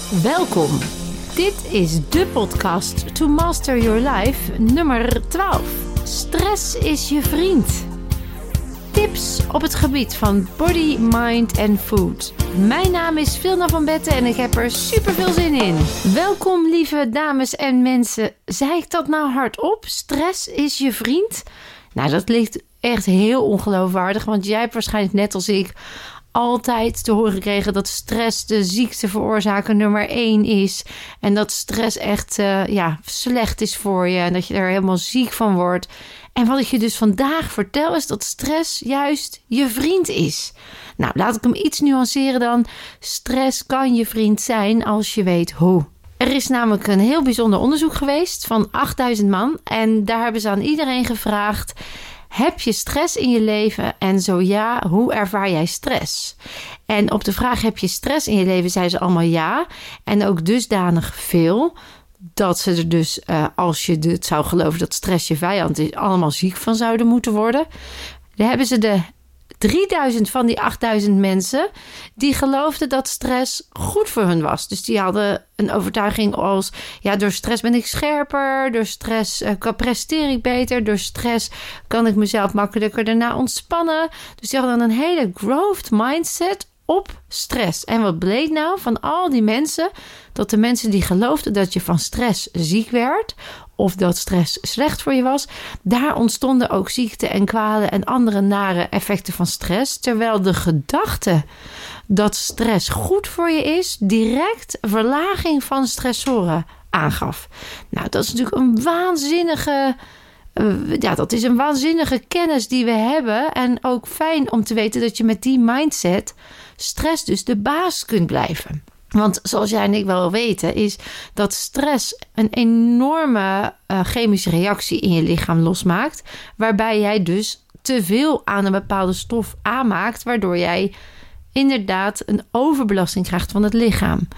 Welkom. Dit is de podcast To Master Your Life nummer 12. Stress is je vriend. Tips op het gebied van body, mind en food. Mijn naam is Vilna van Betten en ik heb er super veel zin in. Welkom lieve dames en mensen. Zei ik dat nou hardop? Stress is je vriend? Nou, dat ligt echt heel ongeloofwaardig, want jij hebt waarschijnlijk net als ik altijd te horen gekregen dat stress de ziekteveroorzaker nummer 1 is. En dat stress echt slecht is voor je en dat je er helemaal ziek van wordt. En wat ik je dus vandaag vertel is dat stress juist je vriend is. Nou, laat ik hem iets nuanceren dan. Stress kan je vriend zijn als je weet hoe. Er is namelijk een heel bijzonder onderzoek geweest van 8000 man. En daar hebben ze aan iedereen gevraagd: heb je stress in je leven? En zo ja, hoe ervaar jij stress? En op de vraag: heb je stress in je leven? Zeiden ze allemaal ja. En ook dusdanig veel dat ze er dus, als je het zou geloven dat stress je vijand is, allemaal ziek van zouden moeten worden. Daar hebben ze de 3000 van die 8000 mensen die geloofden dat stress goed voor hun was. Dus die hadden een overtuiging als: ja, door stress ben ik scherper, door stress presteer ik beter, door stress kan ik mezelf makkelijker daarna ontspannen. Dus die hadden een hele growth mindset op stress. En wat bleek nou van al die mensen? Dat de mensen die geloofden dat je van stress ziek werd of dat stress slecht voor je was, daar ontstonden ook ziekten en kwalen en andere nare effecten van stress. Terwijl de gedachte dat stress goed voor je is, direct verlaging van stressoren aangaf. Nou, dat is natuurlijk een waanzinnige kennis die we hebben. En ook fijn om te weten dat je met die mindset stress dus de baas kunt blijven. Want zoals jij en ik wel weten, is dat stress een enorme chemische reactie in je lichaam losmaakt, waarbij jij dus te veel aan een bepaalde stof aanmaakt, waardoor jij inderdaad een overbelasting krijgt van het lichaam.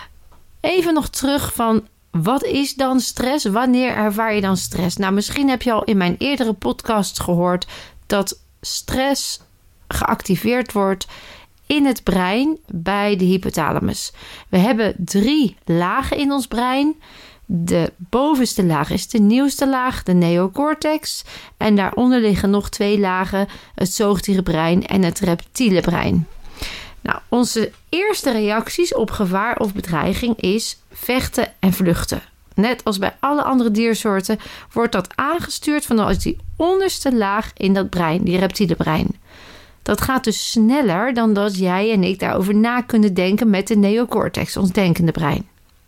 Even nog terug van: wat is dan stress? Wanneer ervaar je dan stress? Nou, misschien heb je al in mijn eerdere podcast gehoord dat stress geactiveerd wordt in het brein bij de hypothalamus. We hebben 3 lagen in ons brein. De bovenste laag is de nieuwste laag, de neocortex. En daaronder liggen nog 2 lagen, het zoogdierenbrein en het reptiele brein. Nou, onze eerste reacties op gevaar of bedreiging is vechten en vluchten. Net als bij alle andere diersoorten wordt dat aangestuurd vanuit die onderste laag in dat brein, die reptiele brein. Dat gaat dus sneller dan dat jij en ik daarover na kunnen denken met de neocortex, ons denkende brein.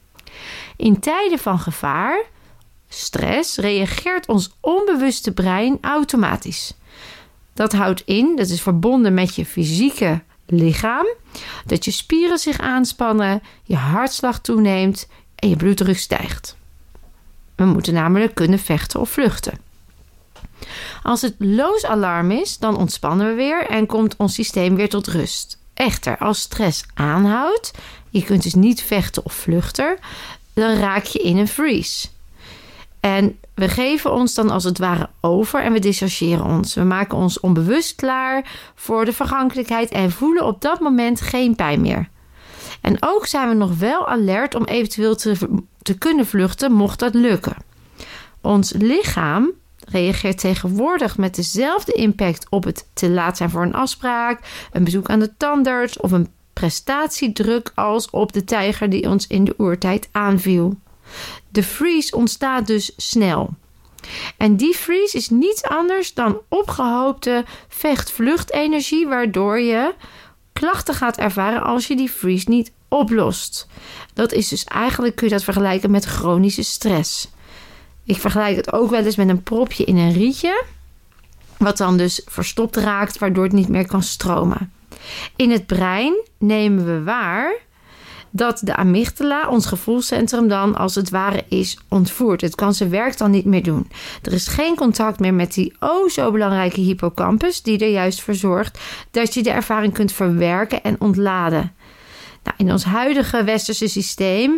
In tijden van gevaar, stress, reageert ons onbewuste brein automatisch. Dat houdt in, dat is verbonden met je fysieke lichaam, dat je spieren zich aanspannen, je hartslag toeneemt en je bloeddruk stijgt. We moeten namelijk kunnen vechten of vluchten. Als het loos alarm is, dan ontspannen we weer en komt ons systeem weer tot rust. Echter, als stress aanhoudt, je kunt dus niet vechten of vluchten, dan raak je in een freeze. En we geven ons dan als het ware over en we dissociëren ons. We maken ons onbewust klaar voor de vergankelijkheid en voelen op dat moment geen pijn meer. En ook zijn we nog wel alert om eventueel te kunnen vluchten, mocht dat lukken. Ons lichaam reageert tegenwoordig met dezelfde impact op het te laat zijn voor een afspraak, een bezoek aan de tandarts of een prestatiedruk als op de tijger die ons in de oertijd aanviel. De freeze ontstaat dus snel. En die freeze is niets anders dan opgehoopte vecht-vluchtenergie, waardoor je klachten gaat ervaren als je die freeze niet oplost. Dat is dus eigenlijk, kun je dat vergelijken met chronische stress. Ik vergelijk het ook wel eens met een propje in een rietje, wat dan dus verstopt raakt, waardoor het niet meer kan stromen. In het brein nemen we waar dat de amygdala, ons gevoelscentrum, dan als het ware is ontvoerd. Het kan zijn werk dan niet meer doen. Er is geen contact meer met die zo belangrijke hippocampus, die er juist voor zorgt dat je de ervaring kunt verwerken en ontladen. Nou, in ons huidige westerse systeem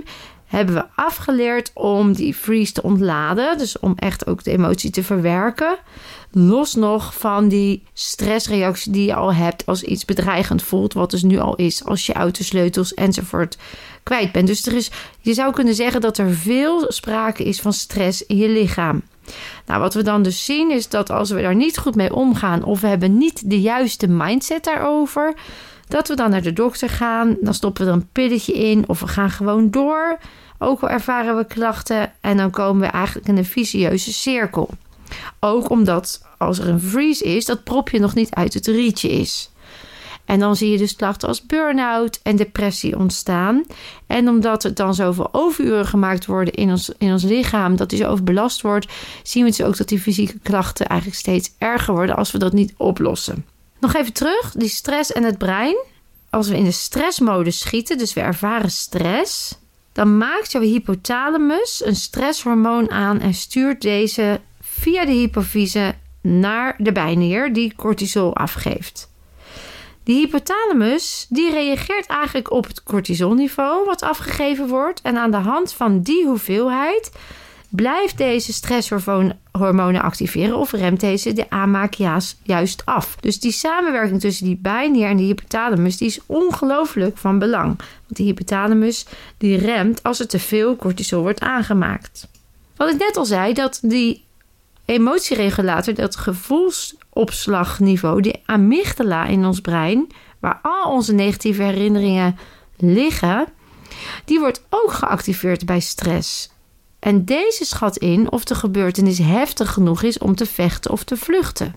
hebben we afgeleerd om die freeze te ontladen. Dus om echt ook de emotie te verwerken. Los nog van die stressreactie die je al hebt als iets bedreigend voelt. Wat dus nu al is als je autosleutels enzovoort kwijt bent. Dus je zou kunnen zeggen dat er veel sprake is van stress in je lichaam. Nou, wat we dan dus zien is dat als we daar niet goed mee omgaan of we hebben niet de juiste mindset daarover, dat we dan naar de dokter gaan, dan stoppen we er een pilletje in of we gaan gewoon door. Ook al ervaren we klachten en dan komen we eigenlijk in een vicieuze cirkel. Ook omdat als er een freeze is, dat propje nog niet uit het rietje is. En dan zie je dus klachten als burn-out en depressie ontstaan. En omdat er dan zoveel overuren gemaakt worden in ons lichaam, dat die zo overbelast wordt, zien we dus ook dat die fysieke klachten eigenlijk steeds erger worden als we dat niet oplossen. Nog even terug, die stress en het brein. Als we in de stressmodus schieten, dus we ervaren stress, dan maakt jouw hypothalamus een stresshormoon aan en stuurt deze via de hypofyse naar de bijnier die cortisol afgeeft. Die hypothalamus die reageert eigenlijk op het cortisolniveau wat afgegeven wordt. En aan de hand van die hoeveelheid blijft deze stresshormonen activeren of remt deze de aanmaak juist af. Dus die samenwerking tussen die bijnier en die hypothalamus die is ongelooflijk van belang. Want die hypothalamus die remt als er te veel cortisol wordt aangemaakt. Wat ik net al zei, dat die emotieregulator, dat gevoelsopslagniveau, die amygdala in ons brein, waar al onze negatieve herinneringen liggen, die wordt ook geactiveerd bij stress. En deze schat in of de gebeurtenis heftig genoeg is om te vechten of te vluchten.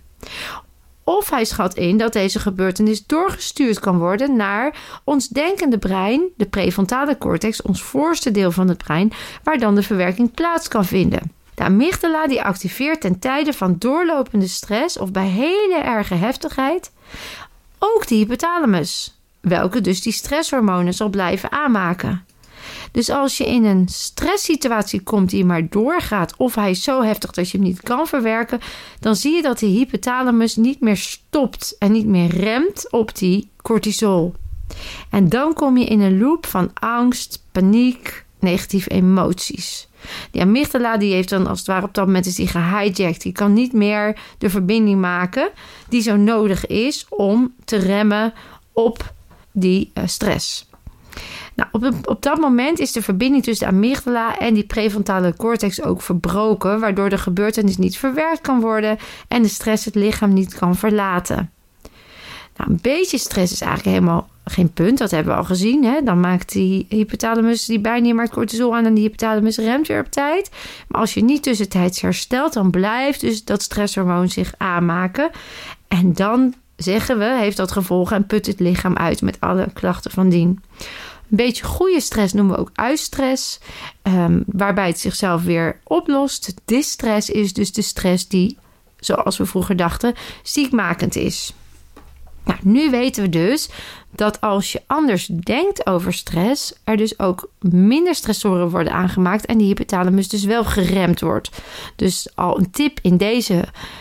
Of hij schat in dat deze gebeurtenis doorgestuurd kan worden naar ons denkende brein, de prefrontale cortex, ons voorste deel van het brein, waar dan de verwerking plaats kan vinden. De amygdala die activeert ten tijde van doorlopende stress of bij hele erge heftigheid ook de hypothalamus, welke dus die stresshormonen zal blijven aanmaken. Dus als je in een stresssituatie komt die maar doorgaat of hij is zo heftig dat je hem niet kan verwerken, dan zie je dat die hypothalamus niet meer stopt en niet meer remt op die cortisol. En dan kom je in een loop van angst, paniek, negatieve emoties. Die amygdala die heeft dan als het ware op dat moment is die gehijacked. Die kan niet meer de verbinding maken die zo nodig is om te remmen op die stress. Nou, op dat moment is de verbinding tussen de amygdala en die prefrontale cortex ook verbroken, waardoor de gebeurtenis niet verwerkt kan worden en de stress het lichaam niet kan verlaten. Nou, een beetje stress is eigenlijk helemaal geen punt, dat hebben we al gezien. Hè? Dan maakt die hypothalamus, die bijnier maakt cortisol aan en die hypothalamus remt weer op tijd. Maar als je niet tussentijds herstelt, dan blijft dus dat stresshormoon zich aanmaken. En dan zeggen we, heeft dat gevolgen en put het lichaam uit met alle klachten van dien. Een beetje goede stress noemen we ook eustress, waarbij het zichzelf weer oplost. Distress is dus de stress die, zoals we vroeger dachten, ziekmakend is. Nou, nu weten we dus dat als je anders denkt over stress, er dus ook minder stressoren worden aangemaakt en die hypothalamus dus wel geremd wordt. Dus al een tip in deze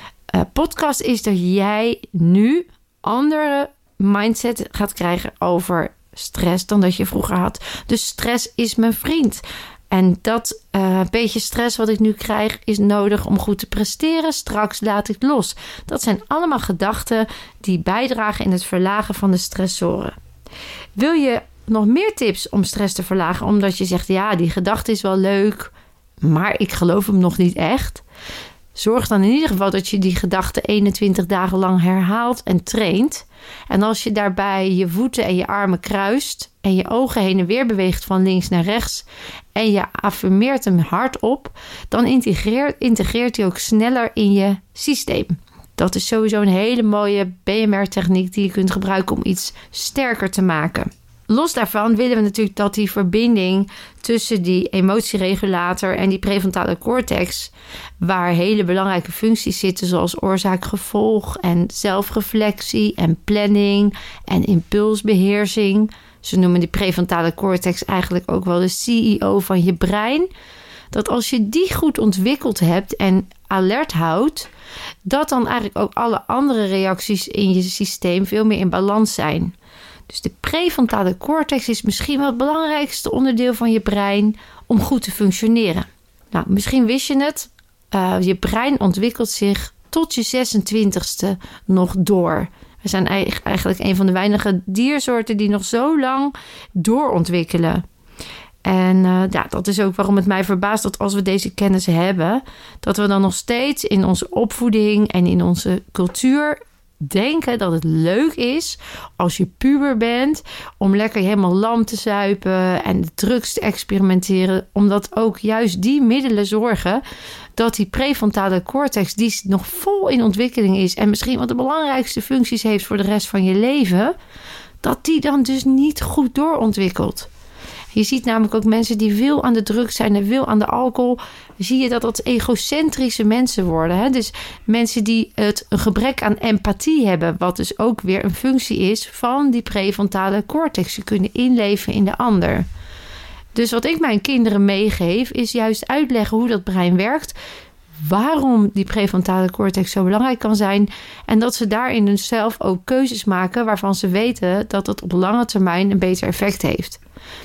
podcast is dat jij nu andere mindset gaat krijgen over stress dan dat je vroeger had. Dus stress is mijn vriend. En dat beetje stress wat ik nu krijg is nodig om goed te presteren. Straks laat ik los. Dat zijn allemaal gedachten die bijdragen in het verlagen van de stressoren. Wil je nog meer tips om stress te verlagen? Omdat je zegt, ja, die gedachte is wel leuk, maar ik geloof hem nog niet echt. Zorg dan in ieder geval dat je die gedachte 21 dagen lang herhaalt en traint. En als je daarbij je voeten en je armen kruist en je ogen heen en weer beweegt van links naar rechts en je affirmeert hem hardop, dan integreert hij ook sneller in je systeem. Dat is sowieso een hele mooie BMR-techniek die je kunt gebruiken om iets sterker te maken. Los daarvan willen we natuurlijk dat die verbinding tussen die emotieregulator en die prefrontale cortex, waar hele belangrijke functies zitten zoals oorzaak-gevolg en zelfreflectie en planning en impulsbeheersing. Ze noemen die prefrontale cortex eigenlijk ook wel de CEO van je brein. Dat als je die goed ontwikkeld hebt en alert houdt, dat dan eigenlijk ook alle andere reacties in je systeem veel meer in balans zijn. Dus de prefrontale cortex is misschien wel het belangrijkste onderdeel van je brein om goed te functioneren. Nou, misschien wist je het. Je brein ontwikkelt zich tot je 26e nog door. We zijn eigenlijk een van de weinige diersoorten die nog zo lang doorontwikkelen. En dat is ook waarom het mij verbaast dat als we deze kennis hebben, dat we dan nog steeds in onze opvoeding en in onze cultuur denken dat het leuk is als je puber bent om lekker helemaal lam te zuipen en de drugs te experimenteren, omdat ook juist die middelen zorgen dat die prefrontale cortex, die nog vol in ontwikkeling is en misschien wat de belangrijkste functies heeft voor de rest van je leven, dat die dan dus niet goed doorontwikkelt. Je ziet namelijk ook mensen die veel aan de drugs zijn en veel aan de alcohol. Zie je dat egocentrische mensen worden. Hè? Dus mensen die een gebrek aan empathie hebben. Wat dus ook weer een functie is van die prefrontale cortex. Ze kunnen inleven in de ander. Dus wat ik mijn kinderen meegeef is juist uitleggen hoe dat brein werkt. Waarom die prefrontale cortex zo belangrijk kan zijn. En dat ze daarin dus zelf ook keuzes maken waarvan ze weten dat het op lange termijn een beter effect heeft.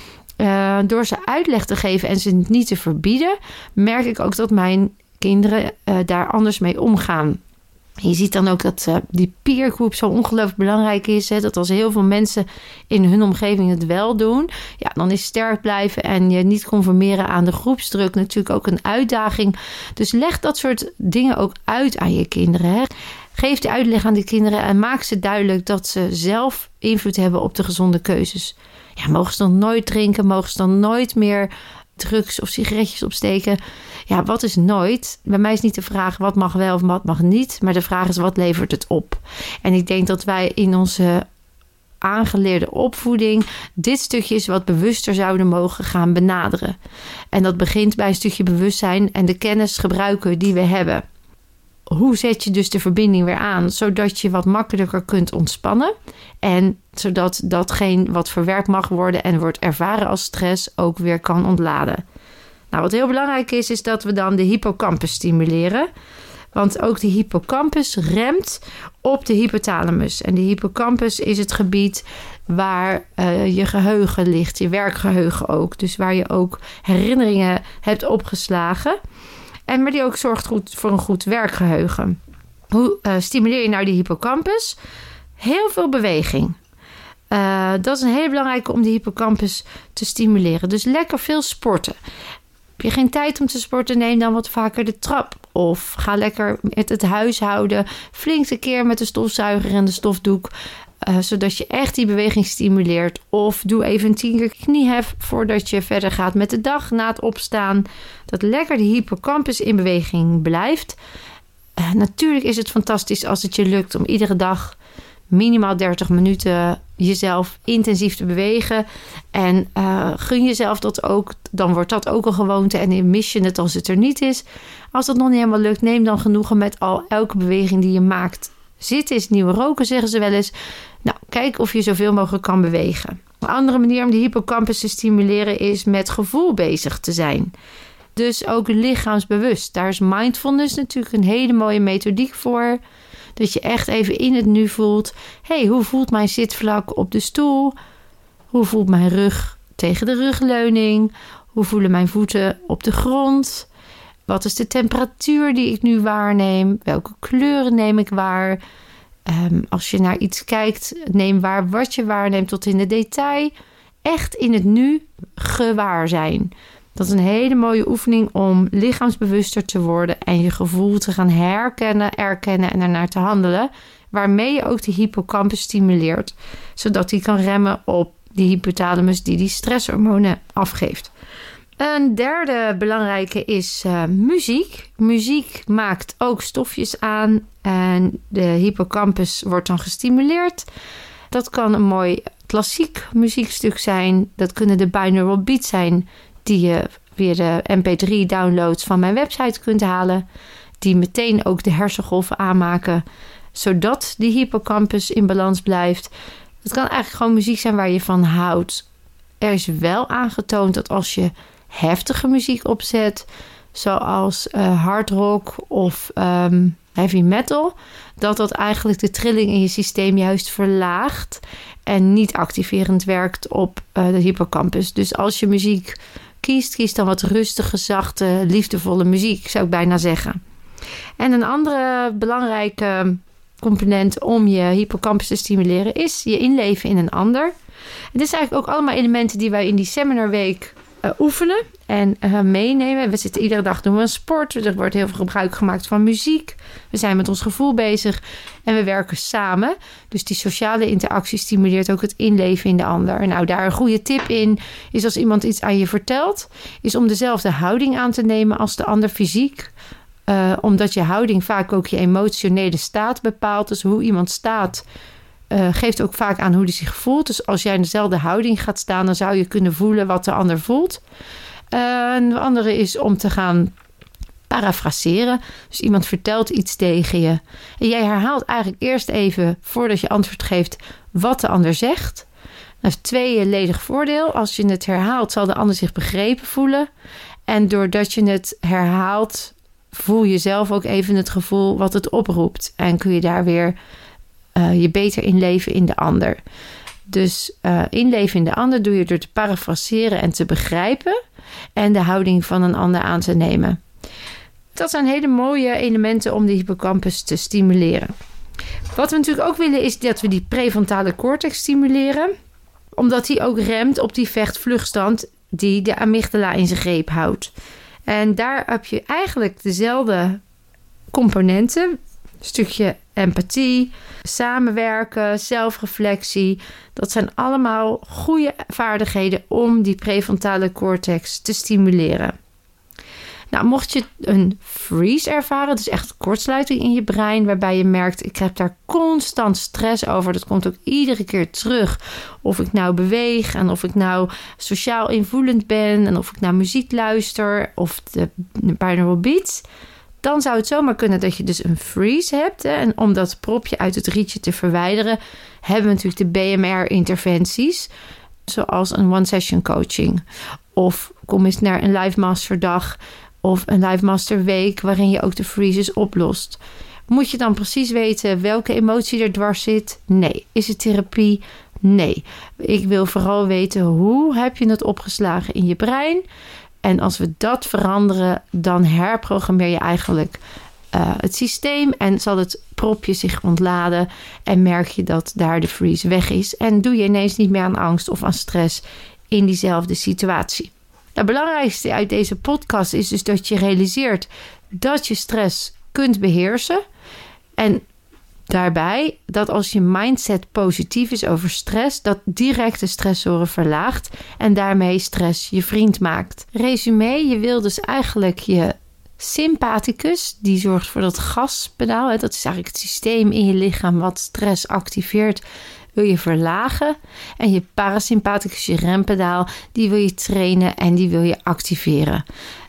Door ze uitleg te geven en ze niet te verbieden, merk ik ook dat mijn kinderen daar anders mee omgaan. Je ziet dan ook dat die peergroep zo ongelooflijk belangrijk is. Hè? Dat als heel veel mensen in hun omgeving het wel doen, ja, dan is sterk blijven en je niet conformeren aan de groepsdruk natuurlijk ook een uitdaging. Dus leg dat soort dingen ook uit aan je kinderen. Hè? Geef de uitleg aan de kinderen en maak ze duidelijk dat ze zelf invloed hebben op de gezonde keuzes. Ja, mogen ze dan nooit drinken? Mogen ze dan nooit meer drugs of sigaretjes opsteken? Ja, wat is nooit? Bij mij is niet de vraag wat mag wel of wat mag niet. Maar de vraag is wat levert het op? En ik denk dat wij in onze aangeleerde opvoeding dit stukje is wat bewuster zouden mogen gaan benaderen. En dat begint bij een stukje bewustzijn en de kennis gebruiken die we hebben. Hoe zet je dus de verbinding weer aan, zodat je wat makkelijker kunt ontspannen en zodat datgene wat verwerkt mag worden en wordt ervaren als stress ook weer kan ontladen. Nou, wat heel belangrijk is dat we dan de hippocampus stimuleren. Want ook de hippocampus remt op de hypothalamus. En de hippocampus is het gebied waar je geheugen ligt, je werkgeheugen ook. Dus waar je ook herinneringen hebt opgeslagen. En maar die ook zorgt voor een goed werkgeheugen. Hoe stimuleer je nou die hippocampus? Heel veel beweging. Dat is een hele belangrijke om de hippocampus te stimuleren. Dus lekker veel sporten. Heb je geen tijd om te sporten? Neem dan wat vaker de trap. Of ga lekker met het huishouden flink een keer met de stofzuiger en de stofdoek. Zodat je echt die beweging stimuleert. Of doe even een 10 keer kniehef voordat je verder gaat met de dag na het opstaan. Dat lekker de hippocampus in beweging blijft. Natuurlijk is het fantastisch als het je lukt om iedere dag minimaal 30 minuten jezelf intensief te bewegen. En gun jezelf dat ook. Dan wordt dat ook een gewoonte en mis je het als het er niet is. Als dat nog niet helemaal lukt, neem dan genoegen met elke beweging die je maakt. Zitten is nieuwe roken, zeggen ze wel eens. Nou, kijk of je zoveel mogelijk kan bewegen. Een andere manier om de hippocampus te stimuleren is met gevoel bezig te zijn. Dus ook lichaamsbewust. Daar is mindfulness natuurlijk een hele mooie methodiek voor. Dat je echt even in het nu voelt. Hey, hoe voelt mijn zitvlak op de stoel? Hoe voelt mijn rug tegen de rugleuning? Hoe voelen mijn voeten op de grond? Wat is de temperatuur die ik nu waarneem? Welke kleuren neem ik waar? Als je naar iets kijkt, neem waar wat je waarneemt tot in de detail. Echt in het nu gewaar zijn. Dat is een hele mooie oefening om lichaamsbewuster te worden en je gevoel te gaan herkennen, erkennen en ernaar te handelen. Waarmee je ook de hippocampus stimuleert, zodat die kan remmen op die hypothalamus die stresshormonen afgeeft. Een derde belangrijke is muziek. Muziek maakt ook stofjes aan en de hippocampus wordt dan gestimuleerd. Dat kan een mooi klassiek muziekstuk zijn. Dat kunnen de binaural beats zijn die je via de mp3-downloads van mijn website kunt halen. Die meteen ook de hersengolven aanmaken, zodat die hippocampus in balans blijft. Het kan eigenlijk gewoon muziek zijn waar je van houdt. Er is wel aangetoond dat als je heftige muziek opzet, zoals hard rock of heavy metal, dat eigenlijk de trilling in je systeem juist verlaagt en niet activerend werkt op de hippocampus. Dus als je muziek kies dan wat rustige, zachte, liefdevolle muziek, zou ik bijna zeggen. En een andere belangrijke component om je hippocampus te stimuleren is je inleven in een ander. En dit zijn eigenlijk ook allemaal elementen die wij in die seminarweek oefenen en meenemen. We zitten iedere dag, doen we een sport. Er wordt heel veel gebruik gemaakt van muziek. We zijn met ons gevoel bezig en we werken samen. Dus die sociale interactie stimuleert ook het inleven in de ander. Nou, daar een goede tip in is als iemand iets aan je vertelt, is om dezelfde houding aan te nemen als de ander fysiek. Omdat je houding vaak ook je emotionele staat bepaalt. Dus hoe iemand staat geeft ook vaak aan hoe hij zich voelt. Dus als jij in dezelfde houding gaat staan, dan zou je kunnen voelen wat de ander voelt. En de andere is om te gaan parafraseren. Dus iemand vertelt iets tegen je. En jij herhaalt eigenlijk eerst even, voordat je antwoord geeft, wat de ander zegt. Dat heeft tweeledig voordeel. Als je het herhaalt, zal de ander zich begrepen voelen. En doordat je het herhaalt, voel je zelf ook even het gevoel wat het oproept. En kun je daar weer je beter inleven in de ander. Dus inleven in de ander doe je door te parafraseren en te begrijpen. En de houding van een ander aan te nemen. Dat zijn hele mooie elementen om de hippocampus te stimuleren. Wat we natuurlijk ook willen is dat we die prefrontale cortex stimuleren. Omdat die ook remt op die vecht-vluchtstand die de amygdala in zijn greep houdt. En daar heb je eigenlijk dezelfde componenten. Een stukje empathie, samenwerken, zelfreflectie. Dat zijn allemaal goede vaardigheden om die prefrontale cortex te stimuleren. Nou, mocht je een freeze ervaren, dus echt kortsluiting in je brein, waarbij je merkt, ik heb daar constant stress over. Dat komt ook iedere keer terug. Of ik nou beweeg en of ik nou sociaal invoelend ben en of ik nou muziek luister of de binaural beats. Dan zou het zomaar kunnen dat je dus een freeze hebt. Hè? En om dat propje uit het rietje te verwijderen, hebben we natuurlijk de BMR-interventies. Zoals een one-session coaching. Of kom eens naar een Live Master dag of een Live Master week waarin je ook de freezes oplost. Moet je dan precies weten welke emotie er dwars zit? Nee. Is het therapie? Nee. Ik wil vooral weten hoe heb je het opgeslagen in je brein. En als we dat veranderen, dan herprogrammeer je eigenlijk het systeem en zal het propje zich ontladen en merk je dat daar de freeze weg is. En doe je ineens niet meer aan angst of aan stress in diezelfde situatie. Het belangrijkste uit deze podcast is dus dat je realiseert dat je stress kunt beheersen. En daarbij dat als je mindset positief is over stress, dat direct de stressoren verlaagt en daarmee stress je vriend maakt. Resume, je wil dus eigenlijk je sympathicus, die zorgt voor dat gaspedaal. Dat is eigenlijk het systeem in je lichaam wat stress activeert, wil je verlagen. En je parasympathicus, je rempedaal, die wil je trainen en die wil je activeren.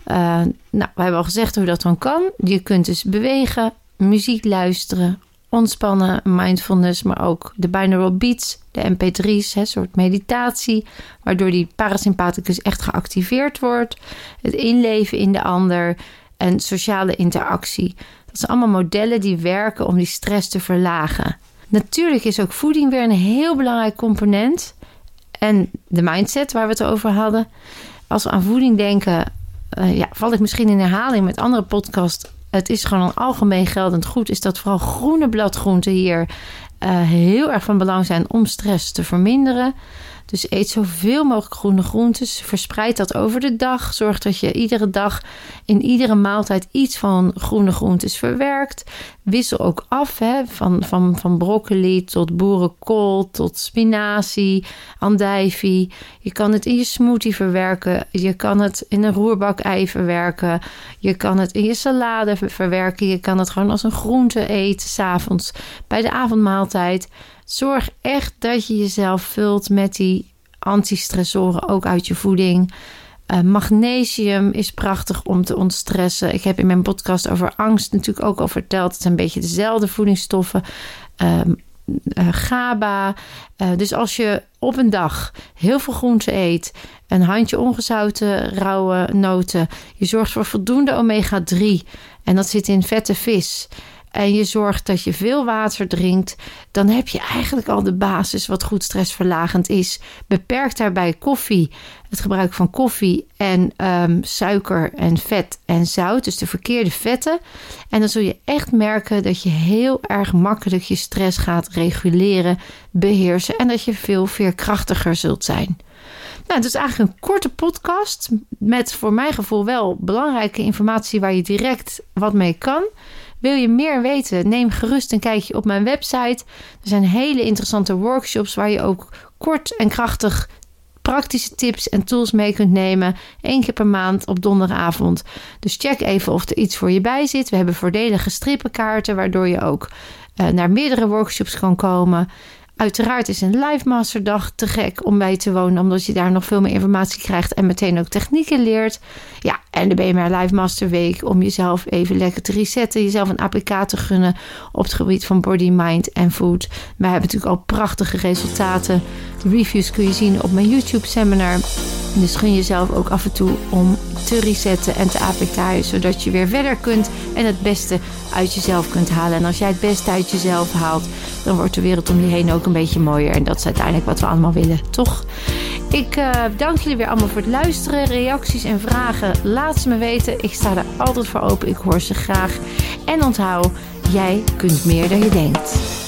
We hebben al gezegd hoe dat dan kan. Je kunt dus bewegen, muziek luisteren, ontspannen, mindfulness, maar ook de binaural beats, de mp3's, een soort meditatie, waardoor die parasympathicus echt geactiveerd wordt. Het inleven in de ander en sociale interactie. Dat zijn allemaal modellen die werken om die stress te verlagen. Natuurlijk is ook voeding weer een heel belangrijk component. En de mindset waar we het over hadden. Als we aan voeding denken, val ik misschien in herhaling met andere podcasts. Het is gewoon een algemeen geldend goed, is dat vooral groene bladgroenten hier heel erg van belang zijn om stress te verminderen. Dus eet zoveel mogelijk groene groentes. Verspreid dat over de dag. Zorg dat je iedere dag in iedere maaltijd iets van groene groentes verwerkt. Wissel ook af, van broccoli tot boerenkool tot spinazie, andijvie. Je kan het in je smoothie verwerken. Je kan het in een roerbak-ei verwerken. Je kan het in je salade verwerken. Je kan het gewoon als een groente eten 's avonds bij de avondmaaltijd. Zorg echt dat je jezelf vult met die antistressoren, ook uit je voeding. Magnesium is prachtig om te ontstressen. Ik heb in mijn podcast over angst natuurlijk ook al verteld. Het zijn een beetje dezelfde voedingsstoffen. GABA. Dus als je op een dag heel veel groente eet, een handje ongezouten rauwe noten, je zorgt voor voldoende omega-3 en dat zit in vette vis. en je zorgt dat je veel water drinkt, dan heb je eigenlijk al de basis wat goed stressverlagend is. Beperk daarbij het gebruik van koffie en suiker en vet en zout, dus de verkeerde vetten. En dan zul je echt merken dat je heel erg makkelijk je stress gaat reguleren, beheersen en dat je veel veerkrachtiger zult zijn. Nou, het is eigenlijk een korte podcast met voor mijn gevoel wel belangrijke informatie waar je direct wat mee kan. Wil je meer weten? Neem gerust een kijkje op mijn website. Er zijn hele interessante workshops waar je ook kort en krachtig praktische tips en tools mee kunt nemen. 1 keer per maand op donderdagavond. Dus check even of er iets voor je bij zit. We hebben voordelige strippenkaarten waardoor je ook naar meerdere workshops kan komen. Uiteraard is een live masterdag te gek om bij te wonen, omdat je daar nog veel meer informatie krijgt en meteen ook technieken leert. Ja, en de BMR Live Masterweek om jezelf even lekker te resetten, jezelf een APK te gunnen op het gebied van body, mind en food. Wij hebben natuurlijk al prachtige resultaten. De reviews kun je zien op mijn YouTube seminar. Dus gun jezelf ook af en toe om te resetten en te APK'en, zodat je weer verder kunt en het beste uit jezelf kunt halen. En als jij het beste uit jezelf haalt, dan wordt de wereld om je heen ook een beetje mooier. En dat is uiteindelijk wat we allemaal willen, toch? Ik dank jullie weer allemaal voor het luisteren. Reacties en vragen, laat ze me weten. Ik sta er altijd voor open. Ik hoor ze graag. En onthoud, jij kunt meer dan je denkt.